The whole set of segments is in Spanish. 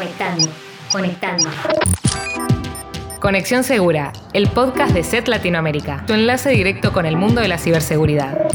Conectando. Conexión Segura, el podcast de SET Latinoamérica, tu enlace directo con el mundo de la ciberseguridad.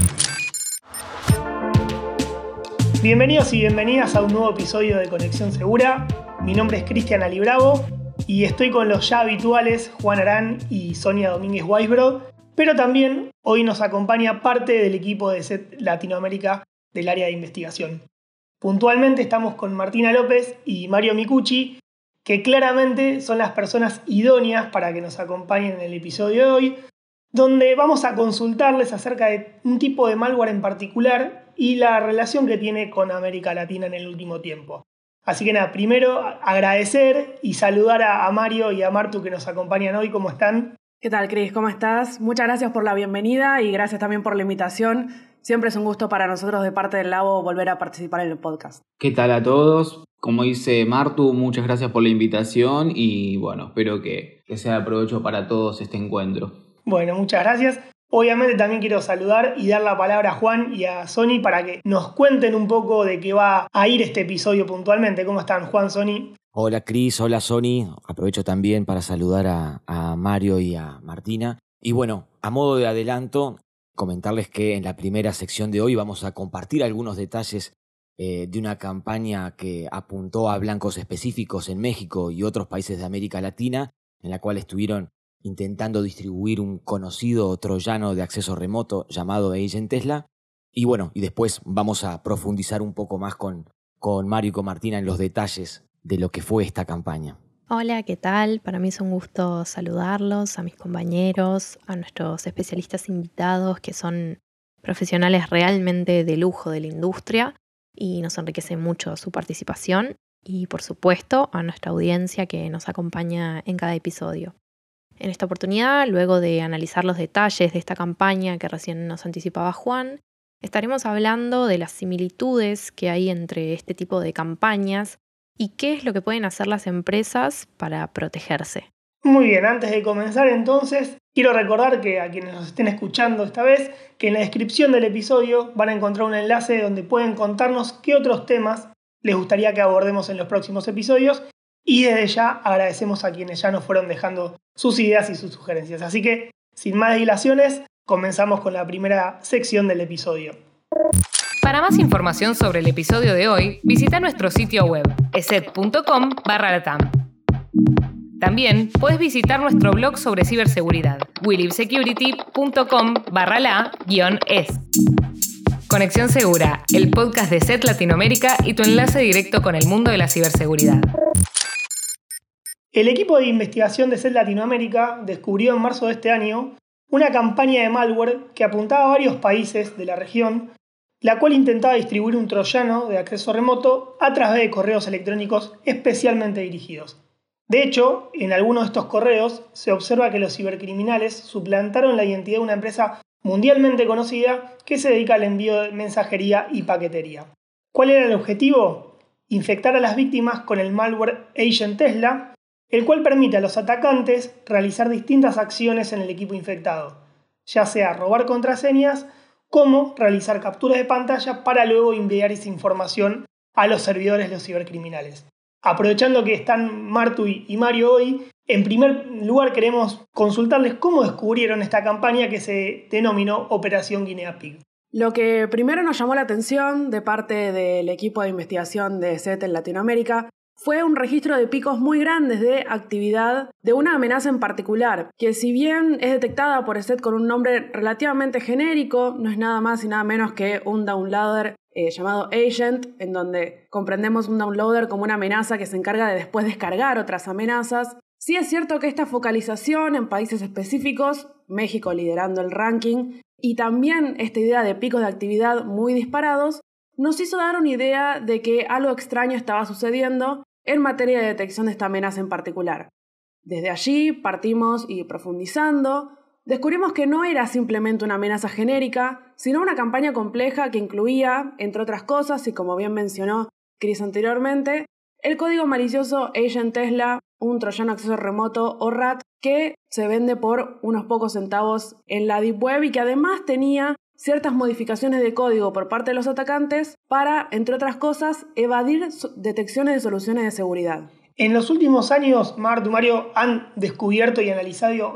Bienvenidos y bienvenidas a un nuevo episodio de Conexión Segura. Mi nombre es Cristian Alibravo y estoy con los ya habituales Juan Arán y Sonia Domínguez Weisbrod, pero también hoy nos acompaña parte del equipo de SET Latinoamérica del área de investigación. Puntualmente estamos con Martina López y Mario Micucci, que claramente son las personas idóneas para que nos acompañen en el episodio de hoy, donde vamos a consultarles acerca de un tipo de malware en particular y la relación que tiene con América Latina en el último tiempo. Así que nada, primero agradecer y saludar a Mario y a Martu que nos acompañan hoy. ¿Cómo están? ¿Qué tal, Cris? ¿Cómo estás? Muchas gracias por la bienvenida y gracias también por la invitación. Siempre es un gusto para nosotros de parte del Labo volver a participar en el podcast. ¿Qué tal a todos? Como dice Martu, muchas gracias por la invitación y bueno, espero que sea de provecho para todos este encuentro. Bueno, muchas gracias. Obviamente también quiero saludar y dar la palabra a Juan y a Sony para que nos cuenten un poco de qué va a ir este episodio puntualmente. ¿Cómo están, Juan, Sony? Hola Cris, hola Sony. Aprovecho también para saludar a Mario y a Martina. Y bueno, a modo de adelanto, comentarles que en la primera sección de hoy vamos a compartir algunos detalles de una campaña que apuntó a blancos específicos en México y otros países de América Latina, en la cual estuvieron intentando distribuir un conocido troyano de acceso remoto llamado Agent Tesla. Y bueno, y después vamos a profundizar un poco más con Mario y con Martina en los detalles de lo que fue esta campaña. Hola, ¿qué tal? Para mí es un gusto saludarlos, a mis compañeros, a nuestros especialistas invitados que son profesionales realmente de lujo de la industria y nos enriquece mucho su participación y por supuesto a nuestra audiencia que nos acompaña en cada episodio. En esta oportunidad, luego de analizar los detalles de esta campaña que recién nos anticipaba Juan, estaremos hablando de las similitudes que hay entre este tipo de campañas y qué es lo que pueden hacer las empresas para protegerse. Muy bien, antes de comenzar entonces, quiero recordar que a quienes nos estén escuchando esta vez, que en la descripción del episodio van a encontrar un enlace donde pueden contarnos qué otros temas les gustaría que abordemos en los próximos episodios y desde ya agradecemos a quienes ya nos fueron dejando sus ideas y sus sugerencias. Así que, sin más dilaciones, comenzamos con la primera sección del episodio. Para más información sobre el episodio de hoy, visita nuestro sitio web, eset.com/latam. También puedes visitar nuestro blog sobre ciberseguridad, welivesecurity.com/la-es. Conexión Segura, el podcast de SET Latinoamérica y tu enlace directo con el mundo de la ciberseguridad. El equipo de investigación de SET Latinoamérica descubrió en marzo de este año una campaña de malware que apuntaba a varios países de la región, la cual intentaba distribuir un troyano de acceso remoto a través de correos electrónicos especialmente dirigidos. De hecho, en algunos de estos correos se observa que los cibercriminales suplantaron la identidad de una empresa mundialmente conocida que se dedica al envío de mensajería y paquetería. ¿Cuál era el objetivo? Infectar a las víctimas con el malware Agent Tesla, el cual permite a los atacantes realizar distintas acciones en el equipo infectado, ya sea robar contraseñas, como realizar capturas de pantalla para luego enviar esa información a los servidores de los cibercriminales. Aprovechando que están Martu y Mario hoy, en primer lugar queremos consultarles cómo descubrieron esta campaña que se denominó Operación Guinea Pig. Lo que primero nos llamó la atención de parte del equipo de investigación de SET en Latinoamérica fue un registro de picos muy grandes de actividad de una amenaza en particular, que si bien es detectada por SET con un nombre relativamente genérico, no es nada más y nada menos que un downloader llamado Agent, en donde comprendemos un downloader como una amenaza que se encarga de después descargar otras amenazas. Sí es cierto que esta focalización en países específicos, México liderando el ranking, y también esta idea de picos de actividad muy disparados, nos hizo dar una idea de que algo extraño estaba sucediendo en materia de detección de esta amenaza en particular. Desde allí partimos y profundizando, descubrimos que no era simplemente una amenaza genérica, sino una campaña compleja que incluía, entre otras cosas, y como bien mencionó Chris anteriormente, el código malicioso Agent Tesla, un troyano acceso remoto o RAT, que se vende por unos pocos centavos en la Deep Web y que además tenía ciertas modificaciones de código por parte de los atacantes para, entre otras cosas, evadir detecciones de soluciones de seguridad. En los últimos años, Martu, Mario, han descubierto y analizado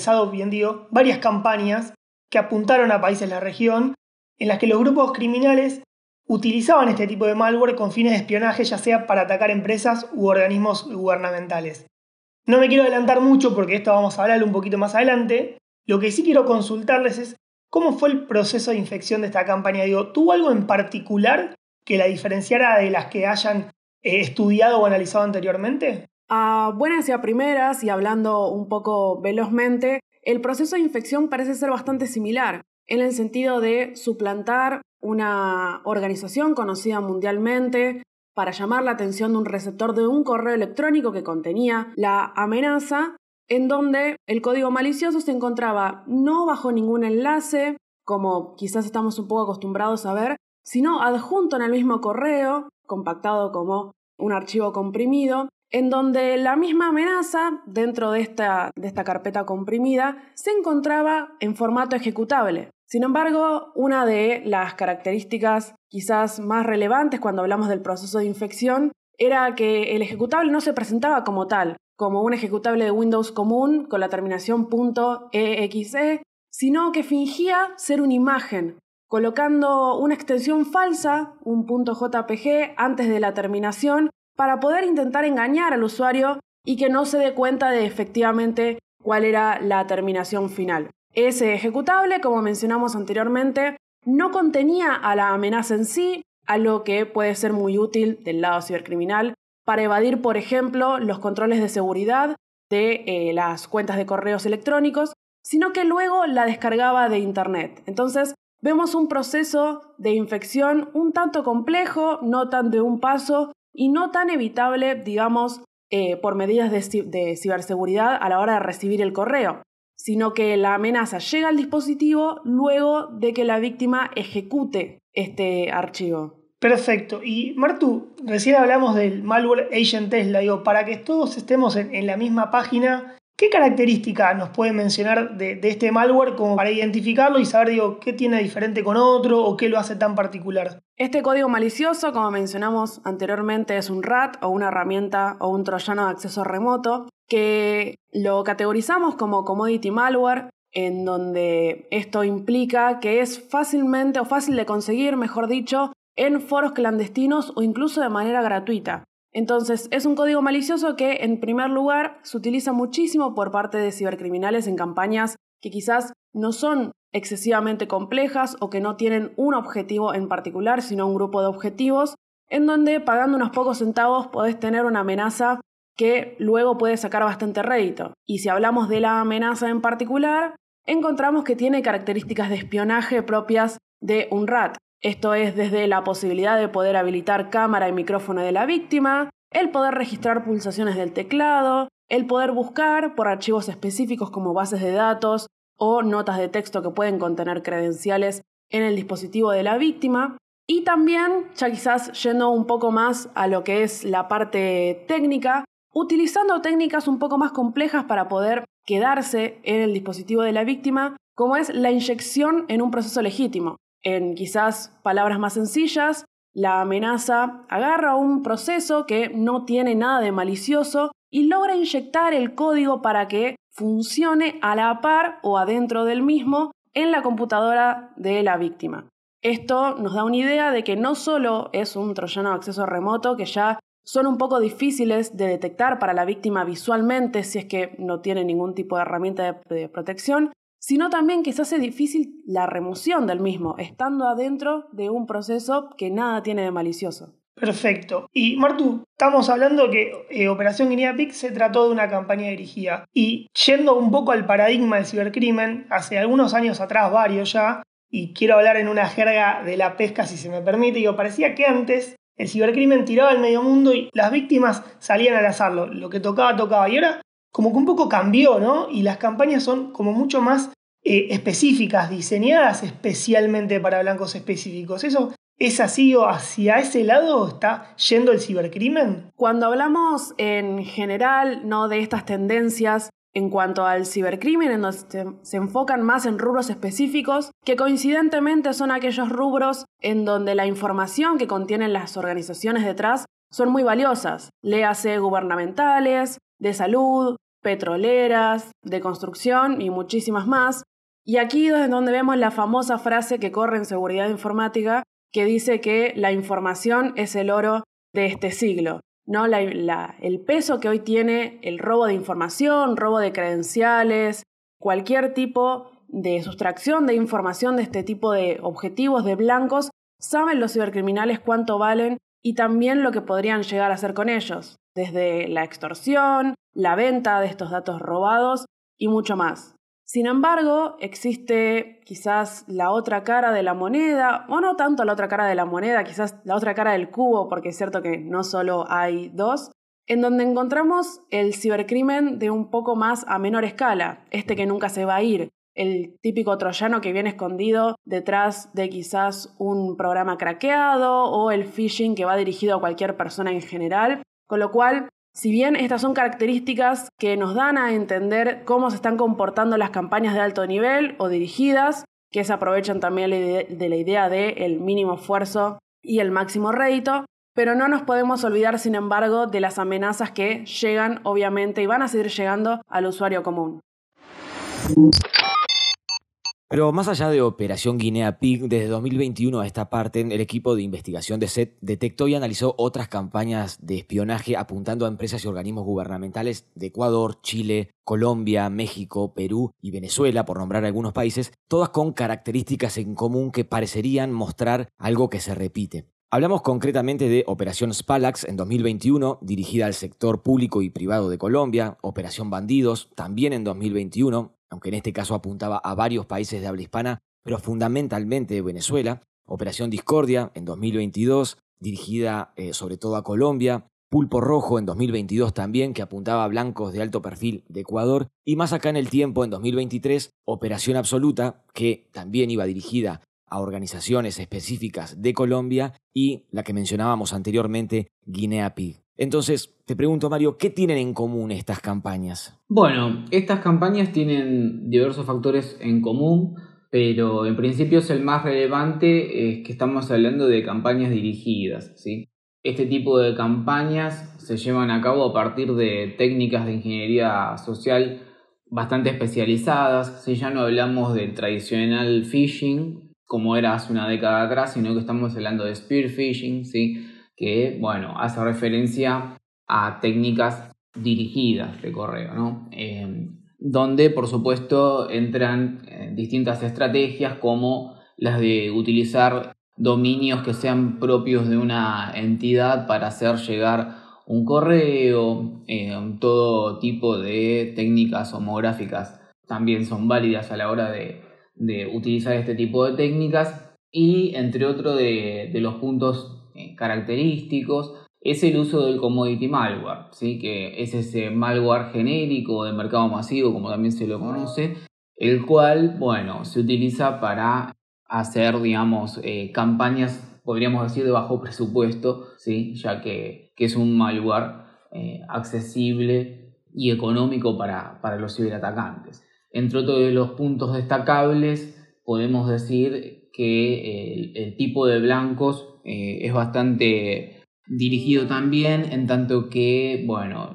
varias campañas que apuntaron a países de la región en las que los grupos criminales utilizaban este tipo de malware con fines de espionaje, ya sea para atacar empresas u organismos gubernamentales. No me quiero adelantar mucho porque esto vamos a hablar un poquito más adelante. Lo que sí quiero consultarles es cómo fue el proceso de infección de esta campaña. ¿Tuvo algo en particular que la diferenciara de las que hayan estudiado o analizado anteriormente? A buenas y a primeras, y hablando un poco velozmente, el proceso de infección parece ser bastante similar, en el sentido de suplantar una organización conocida mundialmente para llamar la atención de un receptor de un correo electrónico que contenía la amenaza, en donde el código malicioso se encontraba no bajo ningún enlace, como quizás estamos un poco acostumbrados a ver, sino adjunto en el mismo correo, compactado como un archivo comprimido, en donde la misma amenaza, dentro de esta carpeta comprimida, se encontraba en formato ejecutable. Sin embargo, una de las características quizás más relevantes cuando hablamos del proceso de infección era que el ejecutable no se presentaba como tal, como un ejecutable de Windows común con la terminación .exe, sino que fingía ser una imagen, colocando una extensión falsa, un .jpg, antes de la terminación para poder intentar engañar al usuario y que no se dé cuenta de efectivamente cuál era la terminación final. Ese ejecutable, como mencionamos anteriormente, no contenía a la amenaza en sí, algo que puede ser muy útil del lado cibercriminal para evadir, por ejemplo, los controles de seguridad de las cuentas de correos electrónicos, sino que luego la descargaba de Internet. Entonces, vemos un proceso de infección un tanto complejo, no tan de un paso y no tan evitable, digamos, por medidas de ciberseguridad a la hora de recibir el correo, sino que la amenaza llega al dispositivo luego de que la víctima ejecute este archivo. Perfecto. Y Martu, recién hablamos del malware Agent Tesla. Para que todos estemos en la misma página, ¿qué característica nos puede mencionar de este malware como para identificarlo y saber qué tiene diferente con otro o qué lo hace tan particular? Este código malicioso, como mencionamos anteriormente, es un RAT o una herramienta o un troyano de acceso remoto que lo categorizamos como commodity malware, en donde esto implica que es fácil de conseguir, mejor dicho, en foros clandestinos o incluso de manera gratuita. Entonces, es un código malicioso que, en primer lugar, se utiliza muchísimo por parte de cibercriminales en campañas que quizás no son excesivamente complejas o que no tienen un objetivo en particular, sino un grupo de objetivos, en donde pagando unos pocos centavos podés tener una amenaza que luego puede sacar bastante rédito. Y si hablamos de la amenaza en particular, encontramos que tiene características de espionaje propias de un RAT. Esto es desde la posibilidad de poder habilitar cámara y micrófono de la víctima, el poder registrar pulsaciones del teclado, el poder buscar por archivos específicos como bases de datos o notas de texto que pueden contener credenciales en el dispositivo de la víctima. Y también, ya quizás yendo un poco más a lo que es la parte técnica, utilizando técnicas un poco más complejas para poder quedarse en el dispositivo de la víctima, como es la inyección en un proceso legítimo. En quizás palabras más sencillas, la amenaza agarra un proceso que no tiene nada de malicioso y logra inyectar el código para que funcione a la par o adentro del mismo en la computadora de la víctima. Esto nos da una idea de que no solo es un troyano de acceso remoto, que ya son un poco difíciles de detectar para la víctima visualmente si es que no tiene ningún tipo de herramienta de protección, sino también que se hace difícil la remoción del mismo, estando adentro de un proceso que nada tiene de malicioso. Perfecto. Y Martu, estamos hablando que Operación Guinea Pig se trató de una campaña dirigida. Y yendo un poco al paradigma del cibercrimen, hace algunos años atrás, varios ya, y quiero hablar en una jerga de la pesca si se me permite, parecía que antes el cibercrimen tiraba al medio mundo y las víctimas salían al azar, lo que tocaba, tocaba. Y ahora como que un poco cambió, ¿no? Y las campañas son como mucho más específicas, diseñadas especialmente para blancos específicos. ¿Eso es así o hacia ese lado está yendo el cibercrimen? Cuando hablamos en general, ¿no?, de estas tendencias en cuanto al cibercrimen, en donde se enfocan más en rubros específicos, que coincidentemente son aquellos rubros en donde la información que contienen las organizaciones detrás son muy valiosas, léase gubernamentales, de salud, petroleras, de construcción y muchísimas más. Y aquí es donde vemos la famosa frase que corre en seguridad informática que dice que la información es el oro de este siglo, ¿no? El peso que hoy tiene el robo de información, robo de credenciales, cualquier tipo de sustracción de información de este tipo de objetivos, de blancos, saben los cibercriminales cuánto valen y también lo que podrían llegar a hacer con ellos, desde la extorsión, la venta de estos datos robados y mucho más. Sin embargo, existe quizás la otra cara de la moneda, o no tanto la otra cara de la moneda, quizás la otra cara del cubo, porque es cierto que no solo hay dos, en donde encontramos el cibercrimen de un poco más a menor escala, este que nunca se va a ir, el típico troyano que viene escondido detrás de quizás un programa craqueado o el phishing que va dirigido a cualquier persona en general, con lo cual, si bien estas son características que nos dan a entender cómo se están comportando las campañas de alto nivel o dirigidas, que se aprovechan también de la idea del mínimo esfuerzo y el máximo rédito, pero no nos podemos olvidar, sin embargo, de las amenazas que llegan, obviamente, y van a seguir llegando al usuario común. Pero más allá de Operación Guinea Pig, desde 2021 a esta parte, el equipo de investigación de SET detectó y analizó otras campañas de espionaje apuntando a empresas y organismos gubernamentales de Ecuador, Chile, Colombia, México, Perú y Venezuela, por nombrar algunos países, todas con características en común que parecerían mostrar algo que se repite. Hablamos concretamente de Operación Spalax en 2021, dirigida al sector público y privado de Colombia, Operación Bandidos, también en 2021, aunque en este caso apuntaba a varios países de habla hispana, pero fundamentalmente Venezuela, Operación Discordia en 2022, dirigida sobre todo a Colombia, Pulpo Rojo en 2022 también, que apuntaba a blancos de alto perfil de Ecuador, y más acá en el tiempo, en 2023, Operación Absoluta, que también iba dirigida a organizaciones específicas de Colombia, y la que mencionábamos anteriormente, Guinea Pig. Entonces, te pregunto, Mario, ¿qué tienen en común estas campañas? Bueno, estas campañas tienen diversos factores en común, pero en principio el más relevante es que estamos hablando de campañas dirigidas, ¿sí? Este tipo de campañas se llevan a cabo a partir de técnicas de ingeniería social bastante especializadas, ¿sí? Ya no hablamos del tradicional phishing, como era hace una década atrás, sino que estamos hablando de spear phishing, ¿sí? Que, bueno, hace referencia a técnicas dirigidas de correo, ¿no? Donde, por supuesto, entran distintas estrategias como las de utilizar dominios que sean propios de una entidad para hacer llegar un correo, todo tipo de técnicas homográficas también son válidas a la hora de utilizar este tipo de técnicas, y entre otros de los puntos característicos es el uso del commodity malware, ¿sí? Que es ese malware genérico de mercado masivo, como también se lo conoce, el cual, bueno, se utiliza para hacer, digamos, campañas, podríamos decir, de bajo presupuesto, ¿sí? Ya que es un malware accesible y económico para los ciberatacantes. Entre otros de los puntos destacables, podemos decir que el tipo de blancos es bastante dirigido también, en tanto que, bueno,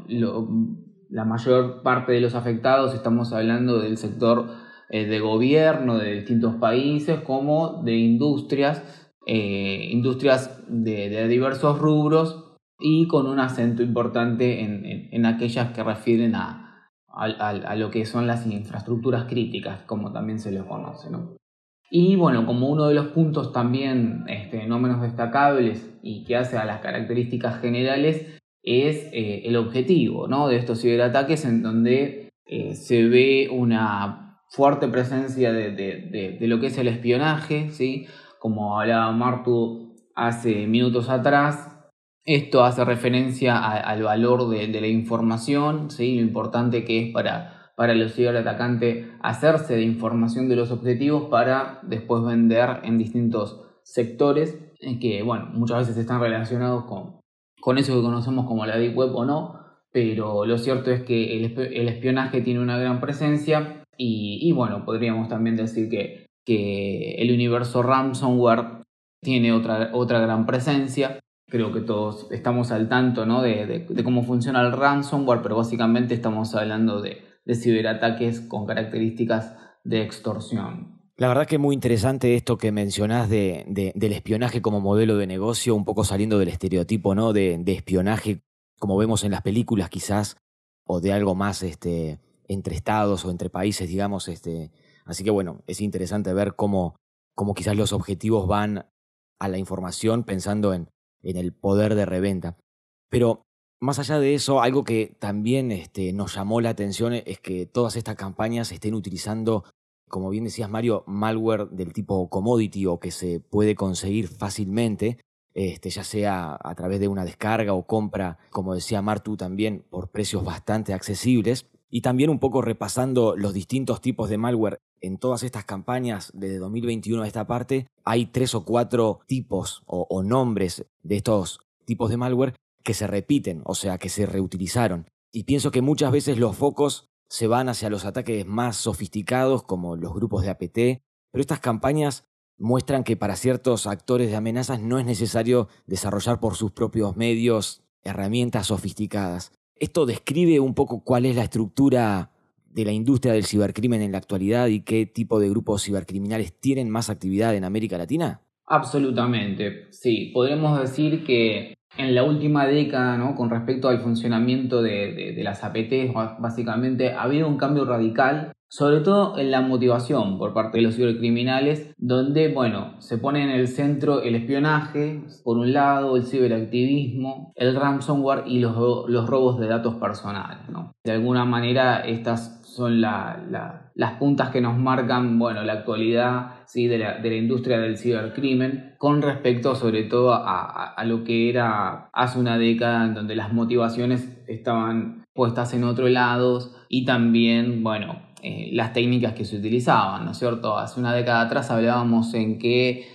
la mayor parte de los afectados, estamos hablando del sector de gobierno de distintos países, como de industrias de diversos rubros, y con un acento importante en aquellas que refieren a lo que son las infraestructuras críticas, como también se les conoce, ¿no? Y bueno, como uno de los puntos también no menos destacables y que hace a las características generales es el objetivo, ¿no? De estos ciberataques, en donde se ve una fuerte presencia de lo que es el espionaje, ¿sí? Como hablaba Martu hace minutos atrás, esto hace referencia al valor de la información, ¿sí? Lo importante que es para los ciberatacantes hacerse de información de los objetivos para después vender en distintos sectores que, bueno, muchas veces están relacionados con eso que conocemos como la Deep Web o no, pero lo cierto es que el espionaje tiene una gran presencia y bueno, podríamos también decir que el universo ransomware tiene otra gran presencia. Creo que todos estamos al tanto, ¿no? de cómo funciona el ransomware, pero básicamente estamos hablando de ciberataques con características de extorsión. La verdad que es muy interesante esto que mencionás del espionaje como modelo de negocio, un poco saliendo del estereotipo, ¿no? de espionaje como vemos en las películas quizás, o de algo más entre estados o entre países, digamos. Así que bueno, es interesante ver cómo quizás los objetivos van a la información pensando en el poder de reventa. Pero más allá de eso, algo que también nos llamó la atención es que todas estas campañas estén utilizando, como bien decías Mario, malware del tipo commodity o que se puede conseguir fácilmente, ya sea a través de una descarga o compra, como decía Martu también, por precios bastante accesibles. Y también un poco repasando los distintos tipos de malware en todas estas campañas desde 2021 a esta parte, hay 3 o 4 tipos o nombres de estos tipos de malware que se repiten, o sea, que se reutilizaron. Y pienso que muchas veces los focos se van hacia los ataques más sofisticados, como los grupos de APT, pero estas campañas muestran que para ciertos actores de amenazas no es necesario desarrollar por sus propios medios herramientas sofisticadas. Esto describe un poco cuál es la estructura de la industria del cibercrimen en la actualidad y qué tipo de grupos cibercriminales tienen más actividad en América Latina. Absolutamente, sí. Podremos decir que en la última década, ¿no? Con respecto al funcionamiento de las APTs, básicamente ha habido un cambio radical, sobre todo en la motivación por parte de los cibercriminales, donde, bueno, se pone en el centro el espionaje, por un lado, el ciberactivismo, el ransomware y los robos de datos personales, ¿no? De alguna manera, estas son las puntas que nos marcan, bueno, la actualidad, ¿sí? de la industria del cibercrimen, con respecto sobre todo a lo que era hace una década, en donde las motivaciones estaban puestas en otro lado y también, bueno, las técnicas que se utilizaban, ¿no es cierto? Hace una década atrás hablábamos en que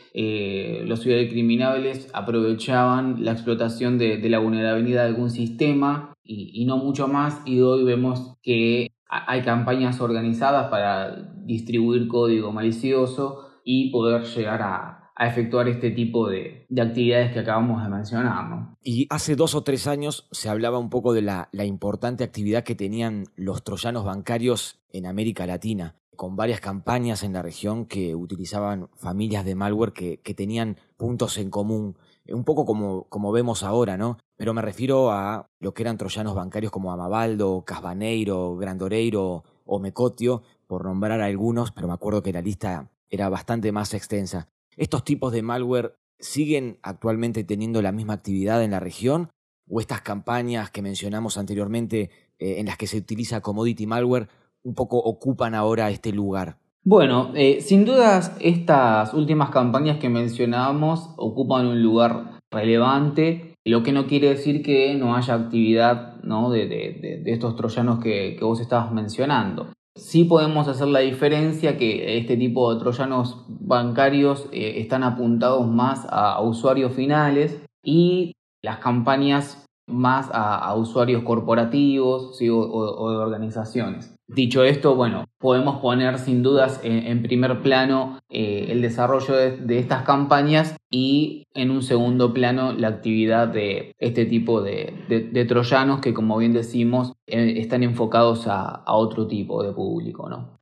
los cibercriminales aprovechaban la explotación de la vulnerabilidad de algún sistema y no mucho más, y hoy vemos que hay campañas organizadas para distribuir código malicioso y poder llegar a efectuar este tipo de actividades que acabamos de mencionar, ¿no? Y hace 2 o 3 años se hablaba un poco de la importante actividad que tenían los troyanos bancarios en América Latina, con varias campañas en la región que utilizaban familias de malware que tenían puntos en común, un poco como vemos ahora, ¿no? Pero me refiero a lo que eran troyanos bancarios como Amavaldo, Casbaneiro, Grandoreiro o Mecotio, por nombrar algunos, pero me acuerdo que la lista era bastante más extensa. ¿Estos tipos de malware siguen actualmente teniendo la misma actividad en la región? ¿O estas campañas que mencionamos anteriormente en las que se utiliza commodity malware un poco ocupan ahora este lugar? Bueno, sin dudas estas últimas campañas que mencionábamos ocupan un lugar relevante, lo que no quiere decir que no haya actividad, ¿no? de estos troyanos que vos estabas mencionando. Sí podemos hacer la diferencia que este tipo de troyanos bancarios están apuntados más a usuarios finales y las campañas más a usuarios corporativos, ¿sí? o de organizaciones. Dicho esto, bueno, podemos poner sin dudas en primer plano el desarrollo de estas campañas y en un segundo plano la actividad de este tipo de troyanos que, como bien decimos, están enfocados a otro tipo de público, ¿no?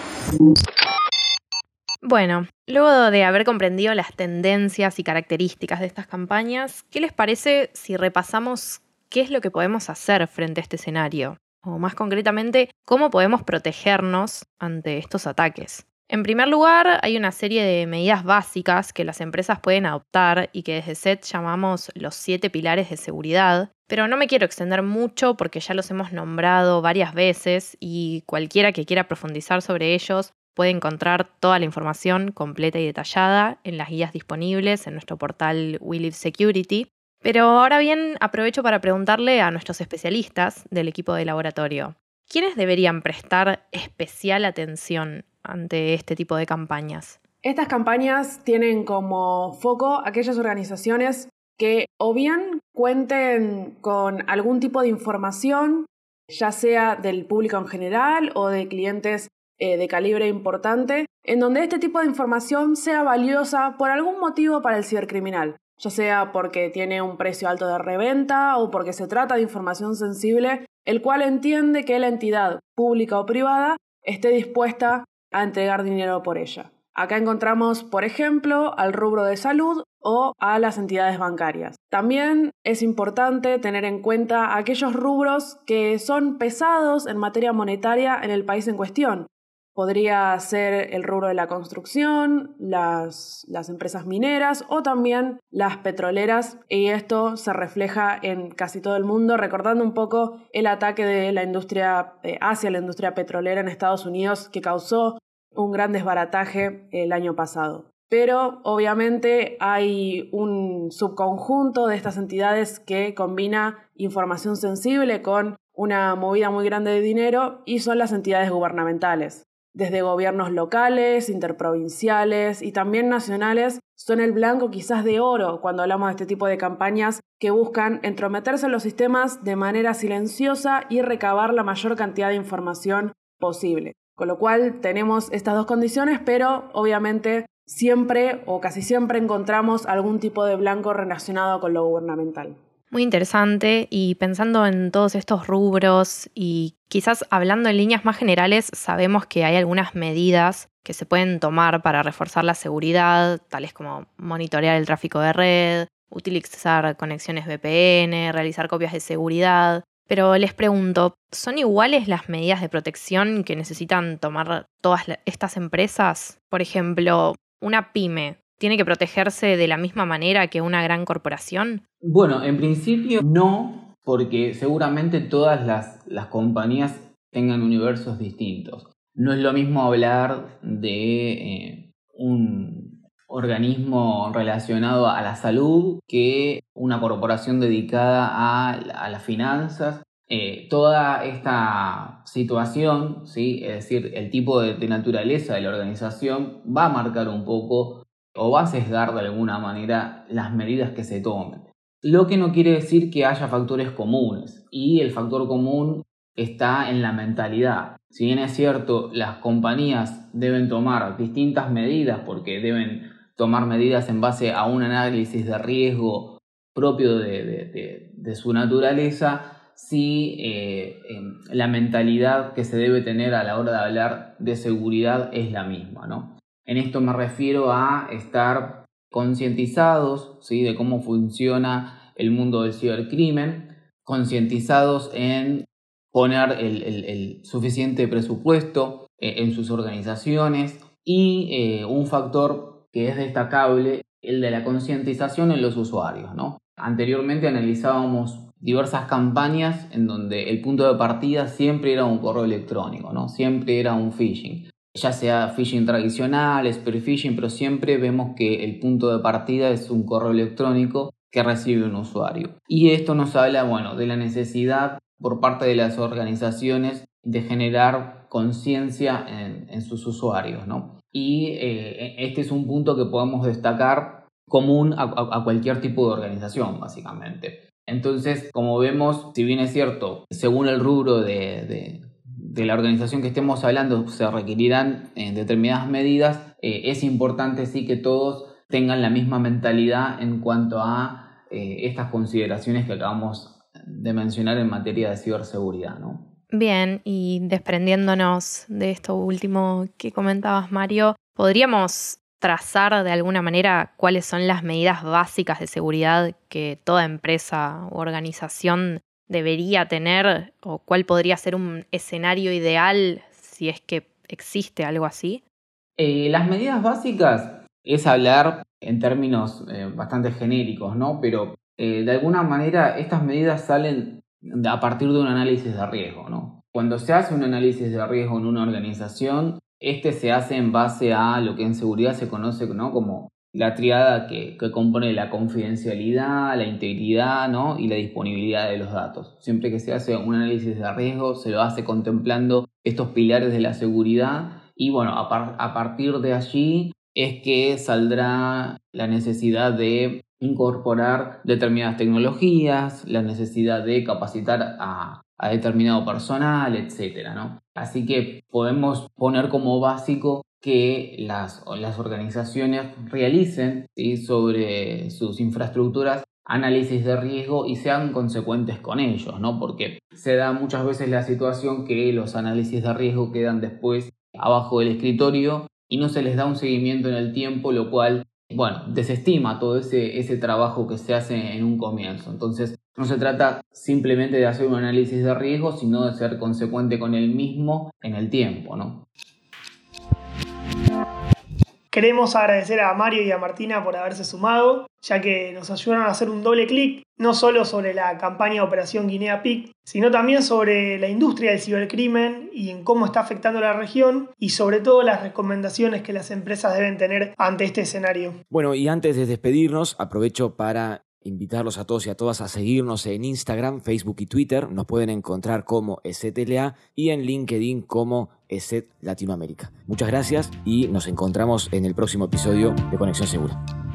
Bueno, luego de haber comprendido las tendencias y características de estas campañas, ¿qué les parece si repasamos qué es lo que podemos hacer frente a este escenario? O más concretamente, ¿cómo podemos protegernos ante estos ataques? En primer lugar, hay una serie de medidas básicas que las empresas pueden adoptar y que desde SET llamamos los 7 pilares de seguridad, pero no me quiero extender mucho porque ya los hemos nombrado varias veces y cualquiera que quiera profundizar sobre ellos puede encontrar toda la información completa y detallada en las guías disponibles en nuestro portal We Live Security. Pero ahora bien, aprovecho para preguntarle a nuestros especialistas del equipo de laboratorio, ¿quiénes deberían prestar especial atención ante este tipo de campañas? Estas campañas tienen como foco aquellas organizaciones que o bien cuenten con algún tipo de información, ya sea del público en general o de clientes de calibre importante, en donde este tipo de información sea valiosa por algún motivo para el cibercriminal. ya sea porque tiene un precio alto de reventa o porque se trata de información sensible, el cual entiende que la entidad pública o privada esté dispuesta a entregar dinero por ella. Acá encontramos, por ejemplo, al rubro de salud o a las entidades bancarias. También es importante tener en cuenta aquellos rubros que son pesados en materia monetaria en el país en cuestión. Podría ser el rubro de la construcción, las empresas mineras o también las petroleras, y esto se refleja en casi todo el mundo, recordando un poco el ataque de la industria hacia la industria petrolera en Estados Unidos, que causó un gran desbarataje el año pasado. Pero obviamente hay un subconjunto de estas entidades que combina información sensible con una movida muy grande de dinero, y son las entidades gubernamentales. Desde gobiernos locales, interprovinciales y también nacionales, son el blanco quizás de oro cuando hablamos de este tipo de campañas que buscan entrometerse en los sistemas de manera silenciosa y recabar la mayor cantidad de información posible. Con lo cual tenemos estas dos condiciones, pero obviamente siempre o casi siempre encontramos algún tipo de blanco relacionado con lo gubernamental. Muy interesante, y pensando en todos estos rubros y quizás hablando en líneas más generales, sabemos que hay algunas medidas que se pueden tomar para reforzar la seguridad, tales como monitorear el tráfico de red, utilizar conexiones VPN, realizar copias de seguridad. Pero les pregunto, ¿son iguales las medidas de protección que necesitan tomar todas estas empresas? Por ejemplo, una pyme, ¿tiene que protegerse de la misma manera que una gran corporación? Bueno, en principio no, porque seguramente todas las compañías tengan universos distintos. No es lo mismo hablar de un organismo relacionado a la salud que una corporación dedicada a las finanzas. Toda esta situación, ¿sí? Es decir, el tipo de naturaleza de la organización va a marcar un poco o va a sesgar de alguna manera las medidas que se tomen. Lo que no quiere decir que haya factores comunes, y el factor común está en la mentalidad. Si bien es cierto, las compañías deben tomar distintas medidas porque deben tomar medidas en base a un análisis de riesgo propio de su naturaleza, sí, la mentalidad que se debe tener a la hora de hablar de seguridad es la misma, ¿no? En esto me refiero a estar concientizados, ¿sí?, de cómo funciona el mundo del cibercrimen, concientizados en poner el suficiente presupuesto en sus organizaciones, y un factor que es destacable, el de la concientización en los usuarios, ¿no? Anteriormente analizábamos diversas campañas en donde el punto de partida siempre era un correo electrónico, ¿no? Siempre era un phishing. Ya sea phishing tradicional, spear phishing, pero siempre vemos que el punto de partida es un correo electrónico que recibe un usuario. Y esto nos habla, bueno, de la necesidad por parte de las organizaciones de generar conciencia en sus usuarios, ¿no? Y este es un punto que podemos destacar común a cualquier tipo de organización, básicamente. Entonces, como vemos, si bien es cierto, según el rubro de la organización que estemos hablando, se requerirán determinadas medidas, es importante sí que todos tengan la misma mentalidad en cuanto a estas consideraciones que acabamos de mencionar en materia de ciberseguridad, ¿no? Bien, y desprendiéndonos de esto último que comentabas, Mario, ¿podríamos trazar de alguna manera cuáles son las medidas básicas de seguridad que toda empresa u organización debería tener, o cuál podría ser un escenario ideal si es que existe algo así? Las medidas básicas es hablar en términos bastante genéricos, ¿no? Pero de alguna manera estas medidas salen a partir de un análisis de riesgo, ¿no? Cuando se hace un análisis de riesgo en una organización, este se hace en base a lo que en seguridad se conoce, ¿no?, como la tríada que compone la confidencialidad, la integridad, ¿no?, y la disponibilidad de los datos. Siempre que se hace un análisis de riesgo, se lo hace contemplando estos pilares de la seguridad, y bueno, a partir de allí es que saldrá la necesidad de incorporar determinadas tecnologías, la necesidad de capacitar a a determinado personal, etcétera, ¿no? Así que podemos poner como básico que las organizaciones realicen, ¿sí?, sobre sus infraestructuras análisis de riesgo y sean consecuentes con ellos, ¿no? Porque se da muchas veces la situación que los análisis de riesgo quedan después abajo del escritorio y no se les da un seguimiento en el tiempo, lo cual, desestima todo ese trabajo que se hace en un comienzo. Entonces, no se trata simplemente de hacer un análisis de riesgo, sino de ser consecuente con el mismo en el tiempo, ¿no? Queremos agradecer a Mario y a Martina por haberse sumado, ya que nos ayudaron a hacer un doble clic, no solo sobre la campaña Operación Guinea Pig, sino también sobre la industria del cibercrimen y en cómo está afectando a la región, y sobre todo las recomendaciones que las empresas deben tener ante este escenario. Bueno, y antes de despedirnos, aprovecho para invitarlos a todos y a todas a seguirnos en Instagram, Facebook y Twitter. Nos pueden encontrar como ESET-LA y en LinkedIn como ESET Latinoamérica. Muchas gracias y nos encontramos en el próximo episodio de Conexión Segura.